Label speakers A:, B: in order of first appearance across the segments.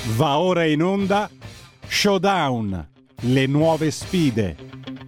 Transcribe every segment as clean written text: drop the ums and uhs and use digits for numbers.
A: Va ora in onda Showdown, le nuove sfide.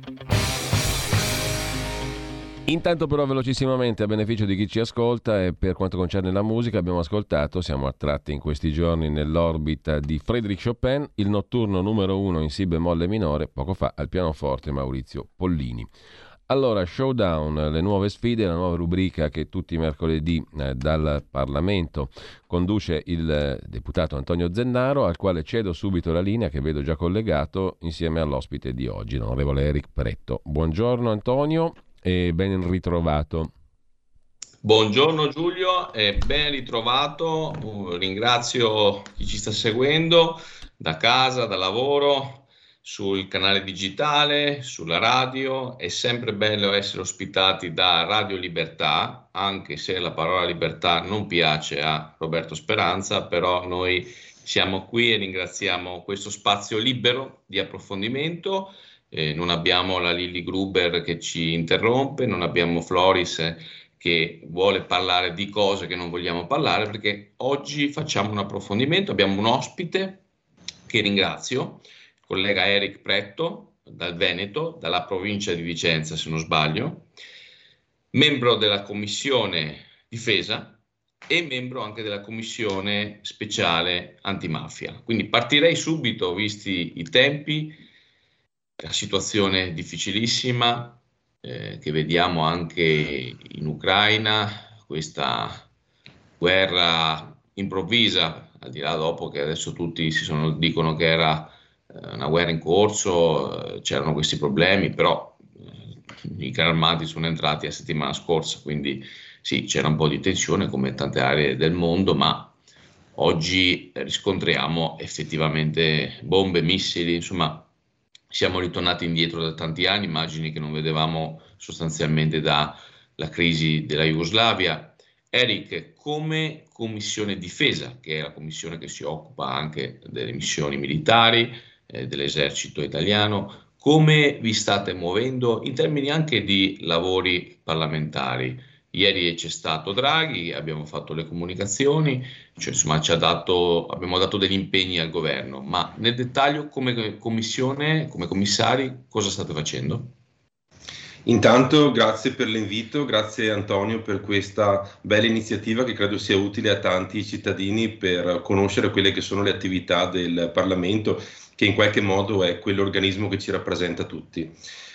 B: Intanto però velocissimamente, a beneficio di chi ci ascolta e per quanto concerne la musica, abbiamo ascoltato, siamo attratti in questi giorni nell'orbita di Frédéric Chopin, il notturno numero 1 in si bemolle minore, poco fa al pianoforte Maurizio Pollini. Allora, Showdown, le nuove sfide, la nuova rubrica che tutti i mercoledì dal Parlamento conduce il deputato Antonio Zennaro, al quale cedo subito la linea che vedo già collegato insieme all'ospite di oggi, l'onorevole Eric Pretto. Buongiorno Antonio e ben ritrovato.
C: Buongiorno Giulio e ben ritrovato. Ringrazio chi ci sta seguendo da casa, da lavoro, sul canale digitale, sulla radio. È sempre bello essere ospitati da Radio Libertà, anche se la parola libertà non piace a Roberto Speranza, però noi siamo qui e ringraziamo questo spazio libero di approfondimento. Non abbiamo la Lilli Gruber che ci interrompe, non abbiamo Floris che vuole parlare di cose che non vogliamo parlare, perché oggi facciamo un approfondimento. Abbiamo un ospite che ringrazio, il collega Eric Pretto dal Veneto, dalla provincia di Vicenza se non sbaglio, membro della Commissione Difesa e membro anche della Commissione Speciale Antimafia. Quindi partirei subito, visti i tempi, la situazione difficilissima che vediamo anche in Ucraina, questa guerra improvvisa, al di là dopo che adesso tutti dicono che era una guerra in corso, c'erano questi problemi, però i carri armati sono entrati la settimana scorsa, quindi sì, c'era un po' di tensione come in tante aree del mondo, ma oggi riscontriamo effettivamente bombe, missili, insomma siamo ritornati indietro da tanti anni, immagini che non vedevamo sostanzialmente dalla crisi della Jugoslavia. Eric, come Commissione Difesa, che è la commissione che si occupa anche delle missioni militari, dell'esercito italiano, come vi state muovendo in termini anche di lavori parlamentari? Ieri c'è stato Draghi, abbiamo fatto le comunicazioni, cioè, insomma, abbiamo dato degli impegni al governo, ma nel dettaglio come commissione, come commissari, cosa state facendo?
D: Intanto grazie per l'invito, grazie Antonio per questa bella iniziativa che credo sia utile a tanti cittadini per conoscere quelle che sono le attività del Parlamento, che in qualche modo è quell'organismo che ci rappresenta tutti.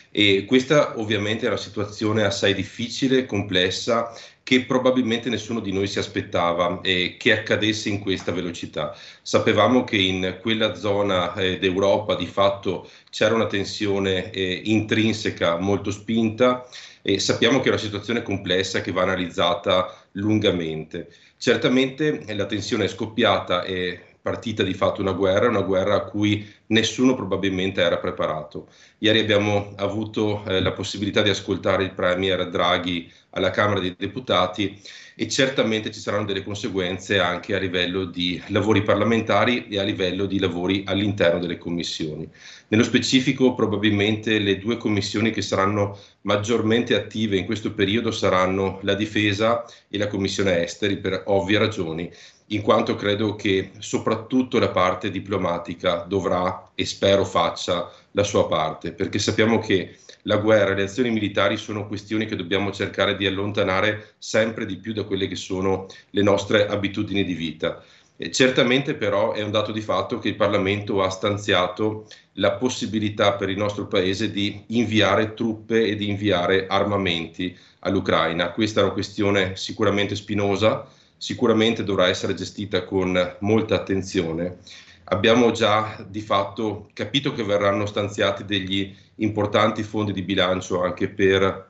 D: E questa ovviamente è una situazione assai difficile, complessa, che probabilmente nessuno di noi si aspettava che accadesse in questa velocità. Sapevamo che in quella zona d'Europa di fatto c'era una tensione intrinseca molto spinta e sappiamo che è una situazione complessa che va analizzata lungamente. Certamente la tensione è scoppiata e partita di fatto una guerra a cui nessuno probabilmente era preparato. Ieri abbiamo avuto la possibilità di ascoltare il Premier Draghi alla Camera dei Deputati e certamente ci saranno delle conseguenze anche a livello di lavori parlamentari e a livello di lavori all'interno delle commissioni. Nello specifico probabilmente le due commissioni che saranno maggiormente attive in questo periodo saranno la Difesa e la Commissione Esteri per ovvie ragioni, in quanto credo che soprattutto la parte diplomatica dovrà e spero faccia la sua parte, perché sappiamo che la guerra e le azioni militari sono questioni che dobbiamo cercare di allontanare sempre di più da quelle che sono le nostre abitudini di vita. Certamente però è un dato di fatto che il Parlamento ha stanziato la possibilità per il nostro Paese di inviare truppe e di inviare armamenti all'Ucraina. Questa è una questione sicuramente spinosa, sicuramente dovrà essere gestita con molta attenzione. Abbiamo già di fatto capito che verranno stanziati degli importanti fondi di bilancio anche per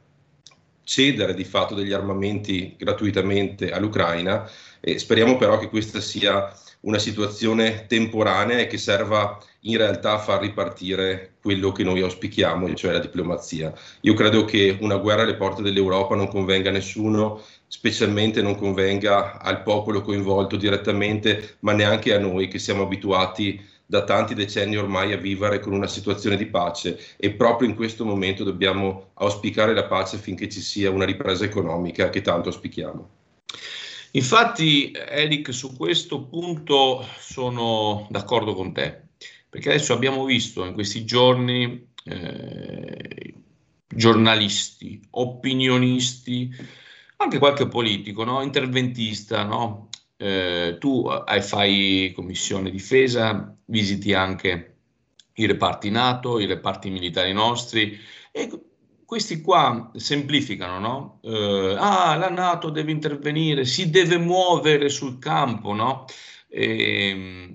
D: cedere di fatto degli armamenti gratuitamente all'Ucraina. Speriamo però che questa sia una situazione temporanea e che serva in realtà a far ripartire quello che noi auspichiamo, cioè la diplomazia. Io credo che una guerra alle porte dell'Europa non convenga a nessuno, specialmente non convenga al popolo coinvolto direttamente, ma neanche a noi che siamo abituati da tanti decenni ormai a vivere con una situazione di pace, e proprio in questo momento dobbiamo auspicare la pace finché ci sia una ripresa economica che tanto auspichiamo.
C: Infatti, Eric, su questo punto sono d'accordo con te, perché adesso abbiamo visto in questi giorni giornalisti, opinionisti, anche qualche politico, no? Interventista, no? Tu fai commissione difesa, visiti anche i reparti NATO, i reparti militari nostri, e questi qua semplificano, no? La NATO deve intervenire, si deve muovere sul campo, no? E,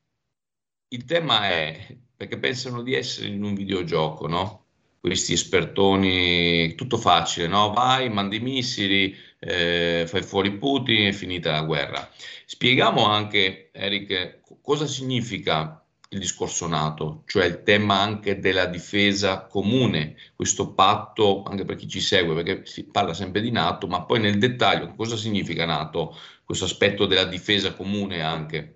C: il tema è perché pensano di essere in un videogioco, no? Questi espertoni, tutto facile, no? Vai, mandi missili, fai fuori Putin, è finita la guerra. Spieghiamo anche, Eric, cosa significa il discorso NATO, cioè il tema anche della difesa comune, questo patto, anche per chi ci segue, perché si parla sempre di NATO, ma poi nel dettaglio cosa significa NATO, questo aspetto della difesa comune anche.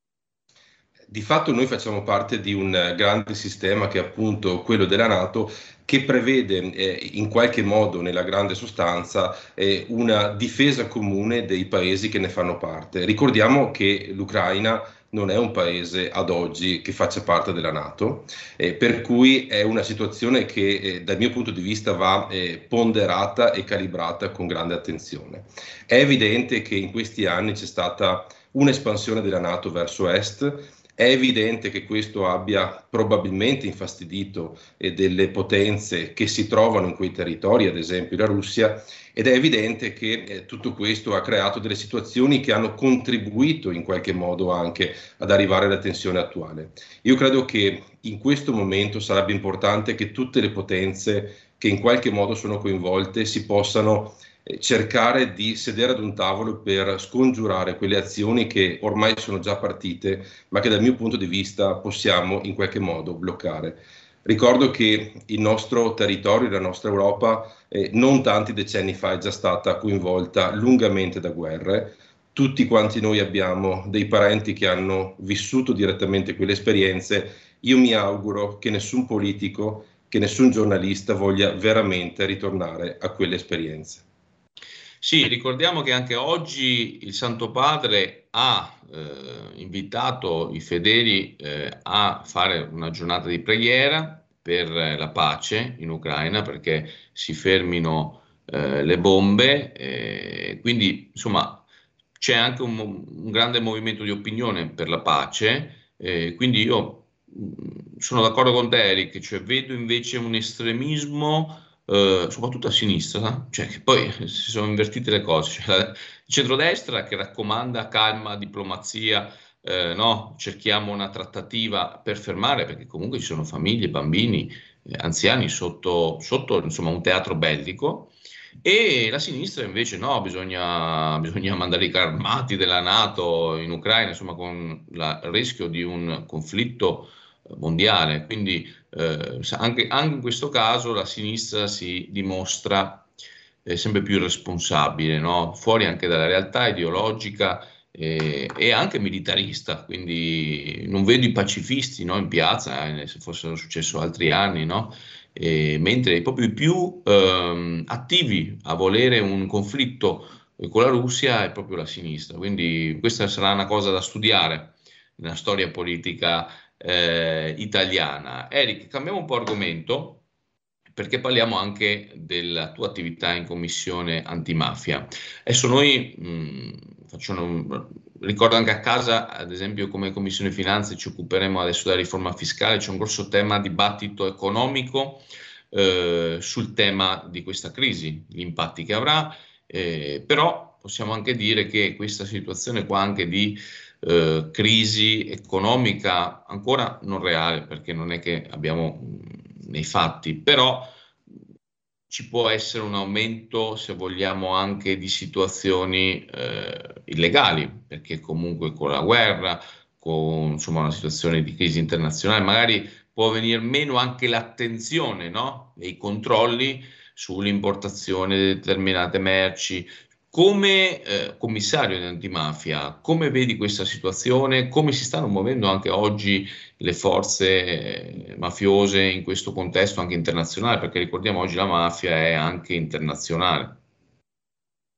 D: Di fatto noi facciamo parte di un grande sistema che è appunto quello della NATO, che prevede in qualche modo, nella grande sostanza, una difesa comune dei paesi che ne fanno parte. Ricordiamo che l'Ucraina non è un paese ad oggi che faccia parte della NATO, per cui è una situazione che dal mio punto di vista va ponderata e calibrata con grande attenzione. È evidente che in questi anni c'è stata un'espansione della NATO verso est. È evidente che questo abbia probabilmente infastidito delle potenze che si trovano in quei territori, ad esempio la Russia, ed è evidente che tutto questo ha creato delle situazioni che hanno contribuito in qualche modo anche ad arrivare alla tensione attuale. Io credo che in questo momento sarebbe importante che tutte le potenze che in qualche modo sono coinvolte si possano cercare di sedere ad un tavolo per scongiurare quelle azioni che ormai sono già partite, ma che dal mio punto di vista possiamo in qualche modo bloccare. Ricordo che il nostro territorio, la nostra Europa, non tanti decenni fa è già stata coinvolta lungamente da guerre. Tutti quanti noi abbiamo dei parenti che hanno vissuto direttamente quelle esperienze. Io mi auguro che nessun politico, che nessun giornalista voglia veramente ritornare a quelle esperienze.
C: Sì, ricordiamo che anche oggi il Santo Padre ha invitato i fedeli a fare una giornata di preghiera per la pace in Ucraina, perché si fermino le bombe, quindi insomma c'è anche un grande movimento di opinione per la pace, quindi io sono d'accordo con te, Eric, cioè vedo invece un estremismo soprattutto a sinistra, cioè che poi si sono invertite le cose, cioè, il centrodestra che raccomanda calma, diplomazia, no? Cerchiamo una trattativa per fermare, perché comunque ci sono famiglie, bambini, anziani sotto insomma, un teatro bellico, e la sinistra invece no, bisogna mandare i carri armati della NATO in Ucraina, insomma con il rischio di un conflitto mondiale, quindi anche in questo caso la sinistra si dimostra sempre più irresponsabile, no? Fuori anche dalla realtà ideologica e anche militarista, quindi non vedo i pacifisti, no, in piazza, se fossero successo altri anni, no? Mentre proprio i più attivi a volere un conflitto con la Russia è proprio la sinistra, quindi questa sarà una cosa da studiare nella storia politica italiana. Eric, cambiamo un po' argomento perché parliamo anche della tua attività in commissione antimafia. Adesso noi ricordo anche a casa, ad esempio come Commissione Finanze ci occuperemo adesso della riforma fiscale, c'è un grosso tema dibattito economico sul tema di questa crisi, gli impatti che avrà, però possiamo anche dire che questa situazione qua anche di crisi economica ancora non reale, perché non è che abbiamo nei fatti, però ci può essere un aumento, se vogliamo, anche di situazioni illegali, perché comunque con la guerra, con insomma, una situazione di crisi internazionale, magari può venire meno anche l'attenzione, no? E i controlli sull'importazione di determinate merci. Come commissario di antimafia, come vedi questa situazione? Come si stanno muovendo anche oggi le forze mafiose in questo contesto anche internazionale? Perché ricordiamo oggi la mafia è anche internazionale.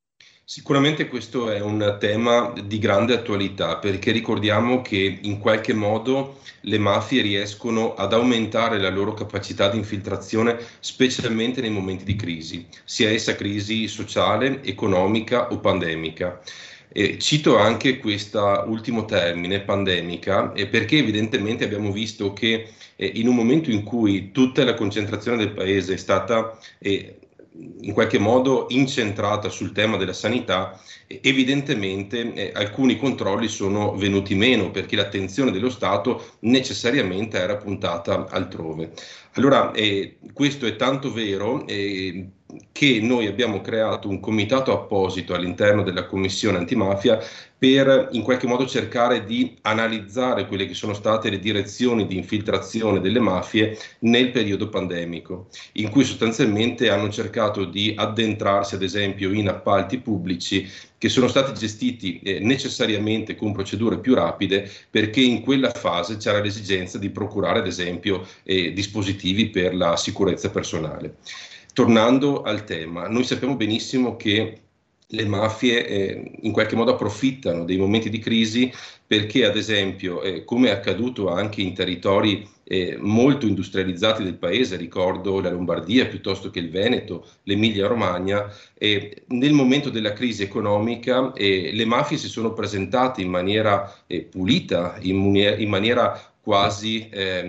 D: Sicuramente questo è un tema di grande attualità, perché ricordiamo che in qualche modo le mafie riescono ad aumentare la loro capacità di infiltrazione, specialmente nei momenti di crisi, sia essa crisi sociale, economica o pandemica. Cito anche questo ultimo termine, pandemica, perché evidentemente abbiamo visto che in un momento in cui tutta la concentrazione del paese è stata in qualche modo incentrata sul tema della sanità, evidentemente alcuni controlli sono venuti meno perché l'attenzione dello Stato necessariamente era puntata altrove. Allora, questo è tanto vero che noi abbiamo creato un comitato apposito all'interno della Commissione antimafia per in qualche modo cercare di analizzare quelle che sono state le direzioni di infiltrazione delle mafie nel periodo pandemico, in cui sostanzialmente hanno cercato di addentrarsi ad esempio in appalti pubblici che sono stati gestiti necessariamente con procedure più rapide, perché in quella fase c'era l'esigenza di procurare ad esempio dispositivi per la sicurezza personale. Tornando al tema, noi sappiamo benissimo che le mafie in qualche modo approfittano dei momenti di crisi perché, ad esempio, come è accaduto anche in territori molto industrializzati del paese, ricordo la Lombardia piuttosto che il Veneto, l'Emilia-Romagna, nel momento della crisi economica le mafie si sono presentate in maniera pulita, in maniera quasi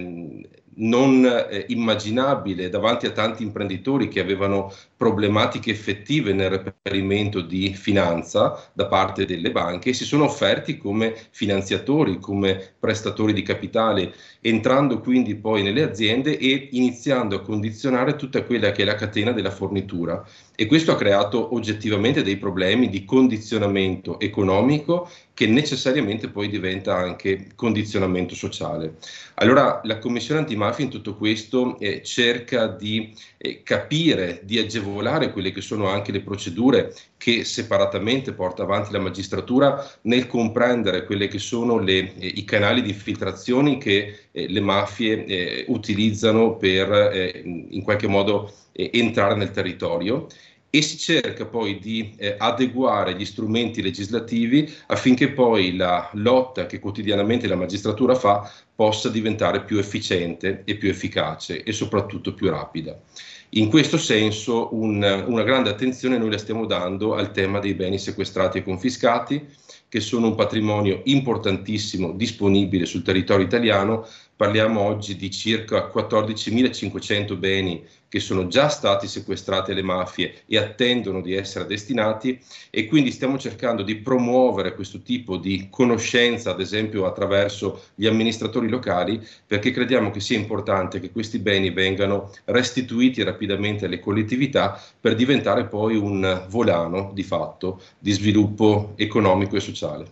D: non immaginabile davanti a tanti imprenditori che avevano problematiche effettive nel reperimento di finanza da parte delle banche, e si sono offerti come finanziatori, come prestatori di capitale, entrando quindi poi nelle aziende e iniziando a condizionare tutta quella che è la catena della fornitura. E questo ha creato oggettivamente dei problemi di condizionamento economico che necessariamente poi diventa anche condizionamento sociale. Allora la Commissione antimafia in tutto questo cerca di capire, di agevolare quelle che sono anche le procedure che separatamente porta avanti la magistratura nel comprendere quelle che sono i canali di infiltrazioni che le mafie utilizzano per in qualche modo entrare nel territorio, e si cerca poi di adeguare gli strumenti legislativi affinché poi la lotta che quotidianamente la magistratura fa possa diventare più efficiente e più efficace e soprattutto più rapida. In questo senso una grande attenzione noi la stiamo dando al tema dei beni sequestrati e confiscati, che sono un patrimonio importantissimo disponibile sul territorio italiano. Parliamo oggi di circa 14.500 beni che sono già stati sequestrati alle mafie e attendono di essere destinati, e quindi stiamo cercando di promuovere questo tipo di conoscenza, ad esempio attraverso gli amministratori locali, perché crediamo che sia importante che questi beni vengano restituiti rapidamente alle collettività per diventare poi un volano di fatto di sviluppo economico e sociale.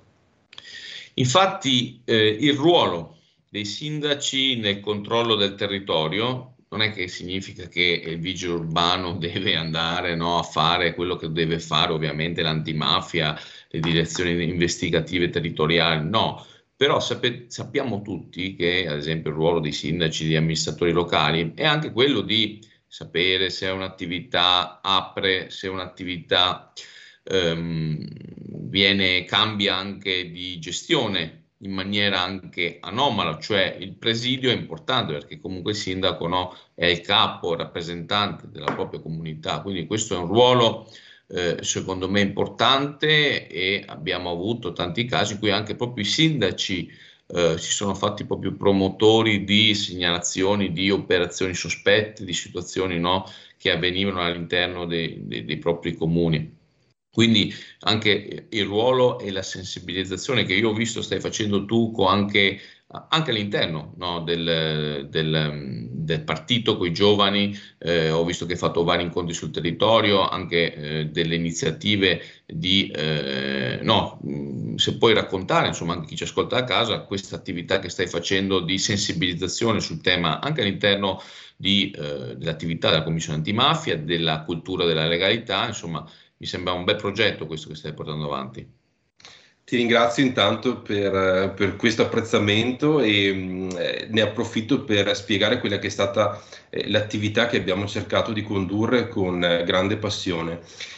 C: Infatti il ruolo dei sindaci nel controllo del territorio non è che significa che il vigile urbano deve andare, no, a fare quello che deve fare ovviamente l'antimafia, le direzioni investigative territoriali, no, però sappiamo tutti che ad esempio il ruolo dei sindaci, degli amministratori locali è anche quello di sapere se un'attività apre, se un'attività cambia anche di gestione in maniera anche anomala, cioè il presidio è importante perché comunque il sindaco, no, è il capo, rappresentante della propria comunità, quindi questo è un ruolo secondo me importante, e abbiamo avuto tanti casi in cui anche proprio i sindaci si sono fatti proprio promotori di segnalazioni di operazioni sospette, di situazioni, no, che avvenivano all'interno dei propri comuni. Quindi anche il ruolo e la sensibilizzazione che io ho visto stai facendo tu anche all'interno, no, del partito con i giovani, ho visto che hai fatto vari incontri sul territorio, anche delle iniziative se puoi raccontare, insomma, anche chi ci ascolta a casa, questa attività che stai facendo di sensibilizzazione sul tema anche all'interno dell'attività della Commissione antimafia, della cultura della legalità, insomma. Mi sembra un bel progetto questo che stai portando avanti.
D: Ti ringrazio intanto per questo apprezzamento e ne approfitto per spiegare quella che è stata l'attività che abbiamo cercato di condurre con grande passione.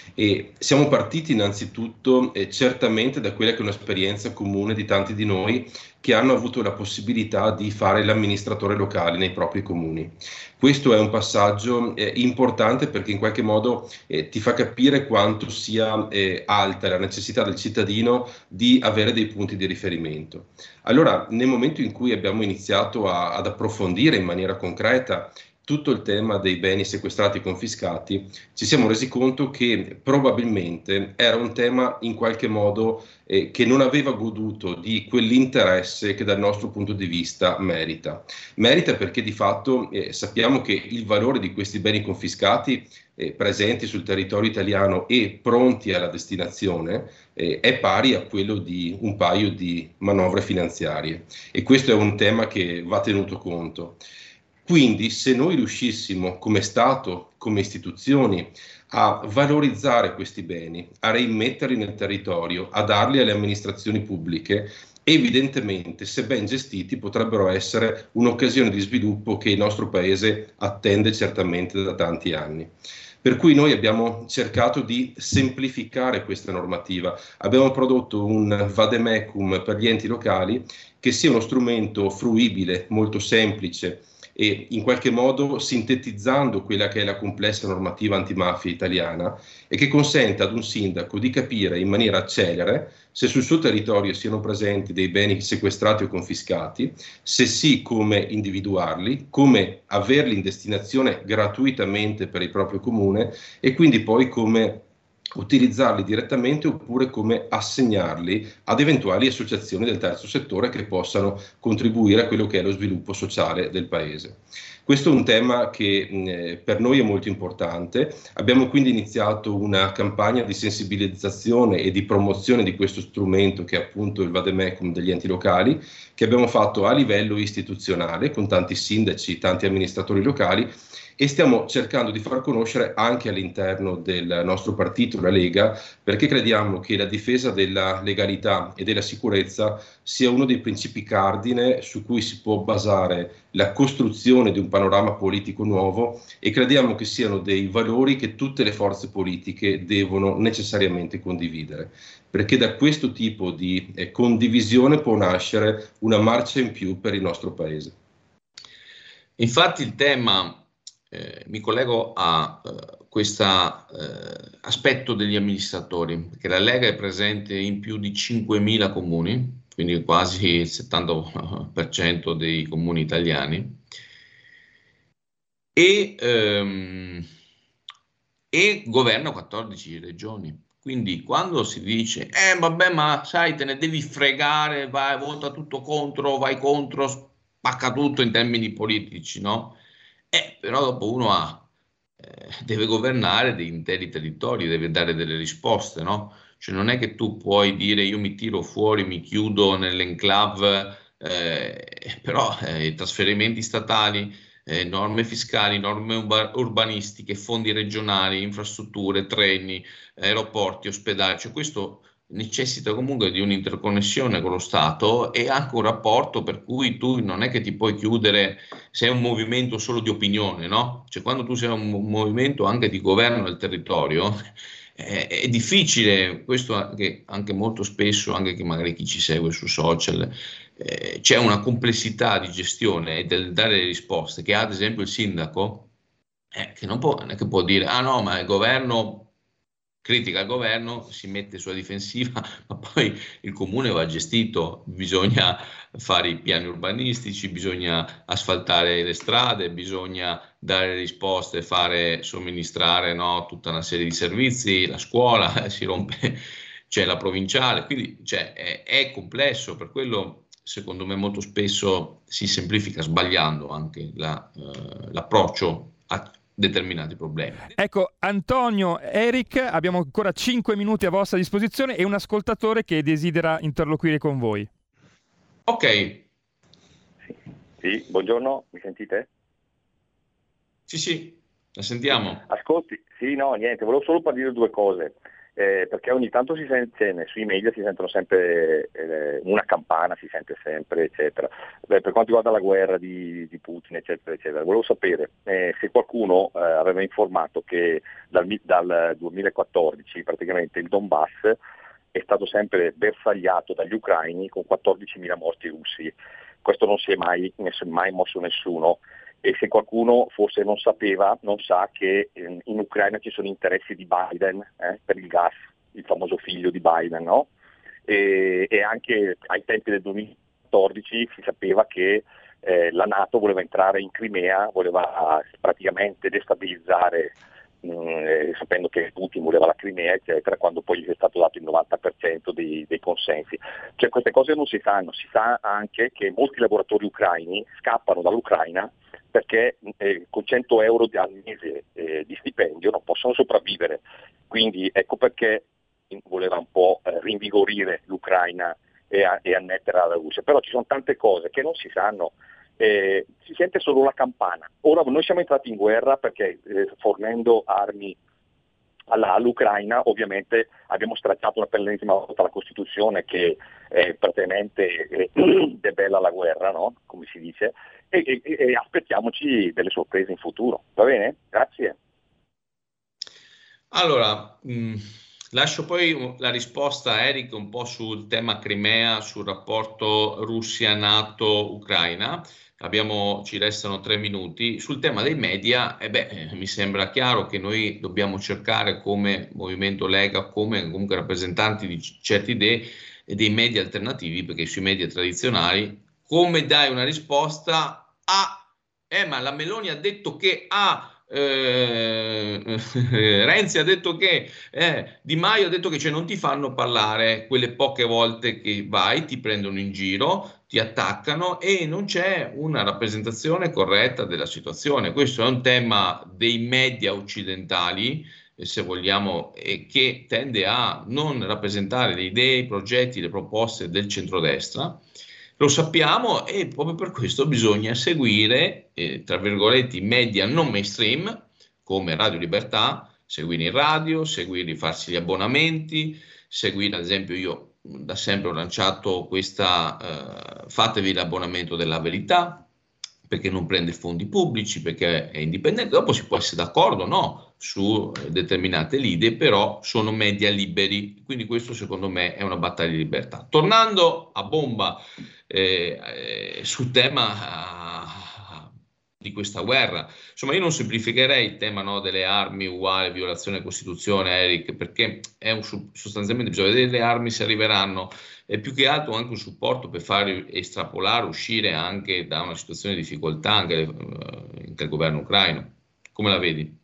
D: E siamo partiti innanzitutto certamente da quella che è un'esperienza comune di tanti di noi che hanno avuto la possibilità di fare l'amministratore locale nei propri comuni. Questo è un passaggio importante perché in qualche modo ti fa capire quanto sia alta la necessità del cittadino di avere dei punti di riferimento. Allora, nel momento in cui abbiamo iniziato ad approfondire in maniera concreta tutto il tema dei beni sequestrati e confiscati, ci siamo resi conto che probabilmente era un tema in qualche modo che non aveva goduto di quell'interesse che dal nostro punto di vista merita. Merita perché di fatto sappiamo che il valore di questi beni confiscati presenti sul territorio italiano e pronti alla destinazione è pari a quello di un paio di manovre finanziarie, e questo è un tema che va tenuto conto. Quindi se noi riuscissimo come Stato, come istituzioni, a valorizzare questi beni, a reimmetterli nel territorio, a darli alle amministrazioni pubbliche, evidentemente, se ben gestiti, potrebbero essere un'occasione di sviluppo che il nostro Paese attende certamente da tanti anni. Per cui noi abbiamo cercato di semplificare questa normativa. Abbiamo prodotto un vademecum per gli enti locali che sia uno strumento fruibile, molto semplice, e in qualche modo sintetizzando quella che è la complessa normativa antimafia italiana, e che consente ad un sindaco di capire in maniera celere se sul suo territorio siano presenti dei beni sequestrati o confiscati, se sì come individuarli, come averli in destinazione gratuitamente per il proprio comune e quindi poi come utilizzarli direttamente oppure come assegnarli ad eventuali associazioni del terzo settore che possano contribuire a quello che è lo sviluppo sociale del paese. Questo è un tema che per noi è molto importante. Abbiamo quindi iniziato una campagna di sensibilizzazione e di promozione di questo strumento che è appunto il vademecum degli enti locali, che abbiamo fatto a livello istituzionale con tanti sindaci, tanti amministratori locali, e stiamo cercando di far conoscere anche all'interno del nostro partito, la Lega, perché crediamo che la difesa della legalità e della sicurezza sia uno dei principi cardine su cui si può basare la costruzione di un panorama politico nuovo, e crediamo che siano dei valori che tutte le forze politiche devono necessariamente condividere, perché da questo tipo di condivisione può nascere una marcia in più per il nostro Paese.
C: Infatti il tema, mi collego a questo aspetto degli amministratori, perché la Lega è presente in più di 5.000 comuni, quindi quasi il 70% dei comuni italiani, e governa 14 regioni. Quindi quando si dice, vabbè, ma sai, te ne devi fregare, vai, vota tutto contro, vai contro, spacca tutto in termini politici, no? Però dopo uno deve governare degli interi territori, deve dare delle risposte, no? Cioè non è che tu puoi dire io mi tiro fuori, mi chiudo nell'enclave, però i trasferimenti statali, norme fiscali, norme urbanistiche, fondi regionali, infrastrutture, treni, aeroporti, ospedali, cioè questo necessita comunque di un'interconnessione con lo Stato e anche un rapporto per cui tu non è che ti puoi chiudere, sei un movimento solo di opinione, no? Cioè quando tu sei un movimento anche di governo del territorio, è difficile, questo anche molto spesso, anche che magari chi ci segue su social, c'è una complessità di gestione e del dare le risposte che ha ad esempio il sindaco, che non è che può dire, ah no, ma il governo critica il governo, si mette sulla difensiva, ma poi il comune va gestito, bisogna fare i piani urbanistici, bisogna asfaltare le strade, bisogna dare risposte, somministrare, no, tutta una serie di servizi, la scuola, si rompe, c'è la provinciale, quindi è complesso, per quello secondo me molto spesso si semplifica sbagliando anche l'approccio a determinati problemi.
E: Ecco, Antonio, Eric, abbiamo ancora 5 minuti a vostra disposizione e un ascoltatore che desidera interloquire con voi.
C: Ok.
F: Sì, buongiorno, mi sentite?
C: Sì, la sentiamo.
F: Ascolti, sì, no, niente, volevo solo dire due cose. perché ogni tanto si sente, sui media si sentono sempre una campana, si sente sempre, eccetera. Per quanto riguarda la guerra di Putin, eccetera, eccetera, volevo sapere se qualcuno aveva informato che dal 2014 praticamente il Donbass è stato sempre bersagliato dagli ucraini con 14.000 morti russi. Questo non si è mai mosso nessuno. E se qualcuno forse non sapeva, non sa che in Ucraina ci sono interessi di Biden per il gas, il famoso figlio di Biden, no? E anche ai tempi del 2014 si sapeva che la NATO voleva entrare in Crimea, voleva praticamente destabilizzare, sapendo che Putin voleva la Crimea, eccetera, quando poi gli è stato dato il 90% dei consensi. Cioè queste cose non si sanno, si sa anche che molti lavoratori ucraini scappano dall'Ucraina perché con 100 euro al mese di stipendio non possono sopravvivere. Quindi ecco perché voleva un po' rinvigorire l'Ucraina e annettere la Russia. Però ci sono tante cose che non si sanno, si sente solo la campana. Ora noi siamo entrati in guerra perché fornendo armi all'Ucraina ovviamente abbiamo stracciato per l'ennesima volta la Costituzione che praticamente debella la guerra, no? Come si dice, e aspettiamoci delle sorprese in futuro. Va bene? Grazie.
C: Allora, lascio poi la risposta a Eric un po' sul tema Crimea, sul rapporto Russia-NATO-Ucraina. Ci restano 3 minuti. Sul tema dei media, mi sembra chiaro che noi dobbiamo cercare come Movimento Lega, come comunque rappresentanti di certe idee e dei media alternativi, perché sui media tradizionali, come dai una risposta a ma la Meloni ha detto che Renzi ha detto che Di Maio ha detto che, cioè, non ti fanno parlare quelle poche volte che vai, ti prendono in giro, ti attaccano e non c'è una rappresentazione corretta della situazione. Questo è un tema dei media occidentali, se vogliamo, che tende a non rappresentare le idee, i progetti, le proposte del centrodestra. Lo sappiamo e proprio per questo bisogna seguire, tra virgolette, i media non mainstream, come Radio Libertà, seguire in radio, seguire, farsi gli abbonamenti, seguire, ad esempio, io da sempre ho lanciato questa, fatevi l'abbonamento della Verità, perché non prende fondi pubblici, perché è indipendente. Dopo si può essere d'accordo o no su determinate idee, però sono media liberi, quindi questo secondo me è una battaglia di libertà. Tornando a bomba sul tema di questa guerra, insomma, io non semplificherei il tema, no, delle armi uguale violazione della Costituzione, Eric, perché sostanzialmente bisogna vedere le armi se arriveranno, e più che altro anche un supporto per far estrapolare, uscire anche da una situazione di difficoltà anche il governo ucraino. Come la vedi?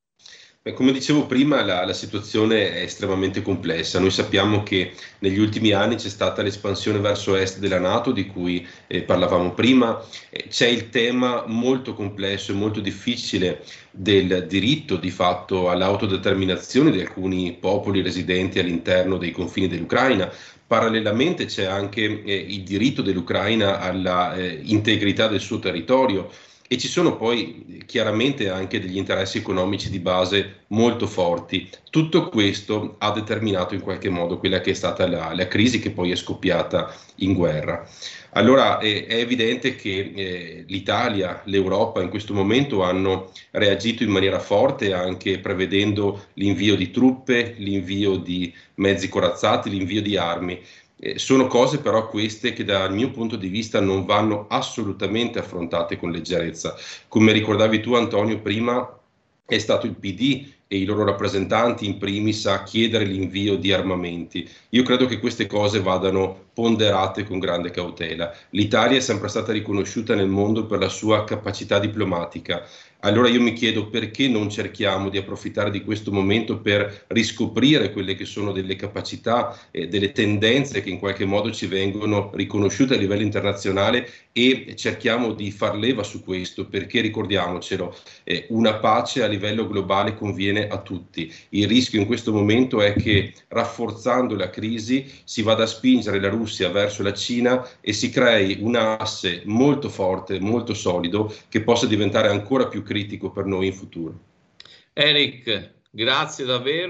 D: Come dicevo prima, la situazione è estremamente complessa. Noi sappiamo che negli ultimi anni c'è stata l'espansione verso est della NATO, di cui parlavamo prima. C'è il tema molto complesso e molto difficile del diritto di fatto all'autodeterminazione di alcuni popoli residenti all'interno dei confini dell'Ucraina. Parallelamente c'è anche il diritto dell'Ucraina alla integrità del suo territorio. E ci sono poi chiaramente anche degli interessi economici di base molto forti. Tutto questo ha determinato in qualche modo quella che è stata la crisi che poi è scoppiata in guerra. Allora è evidente che l'Italia, l'Europa in questo momento hanno reagito in maniera forte, anche prevedendo l'invio di truppe, l'invio di mezzi corazzati, l'invio di armi. Sono cose però queste che dal mio punto di vista non vanno assolutamente affrontate con leggerezza. Come ricordavi tu, Antonio, prima è stato il PD e i loro rappresentanti in primis a chiedere l'invio di armamenti. Io credo che queste cose vadano ponderate con grande cautela. L'Italia è sempre stata riconosciuta nel mondo per la sua capacità diplomatica. Allora io mi chiedo perché non cerchiamo di approfittare di questo momento per riscoprire quelle che sono delle capacità, delle tendenze che in qualche modo ci vengono riconosciute a livello internazionale e cerchiamo di far leva su questo, perché ricordiamocelo, una pace a livello globale conviene a tutti. Il rischio in questo momento è che rafforzando la crisi si vada a spingere la Russia verso la Cina e si crei un asse molto forte, molto solido, che possa diventare ancora più critico per noi in futuro.
C: Eric, grazie davvero.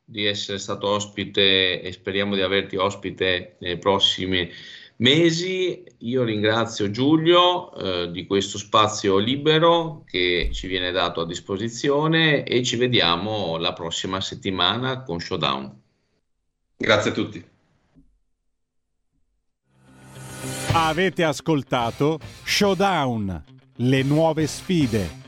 C: di essere stato ospite e speriamo di averti ospite nei prossimi mesi. Io ringrazio Giulio di questo spazio libero che ci viene dato a disposizione e ci vediamo la prossima settimana con Showdown.
D: Grazie a tutti.
A: Avete ascoltato Showdown, le nuove sfide.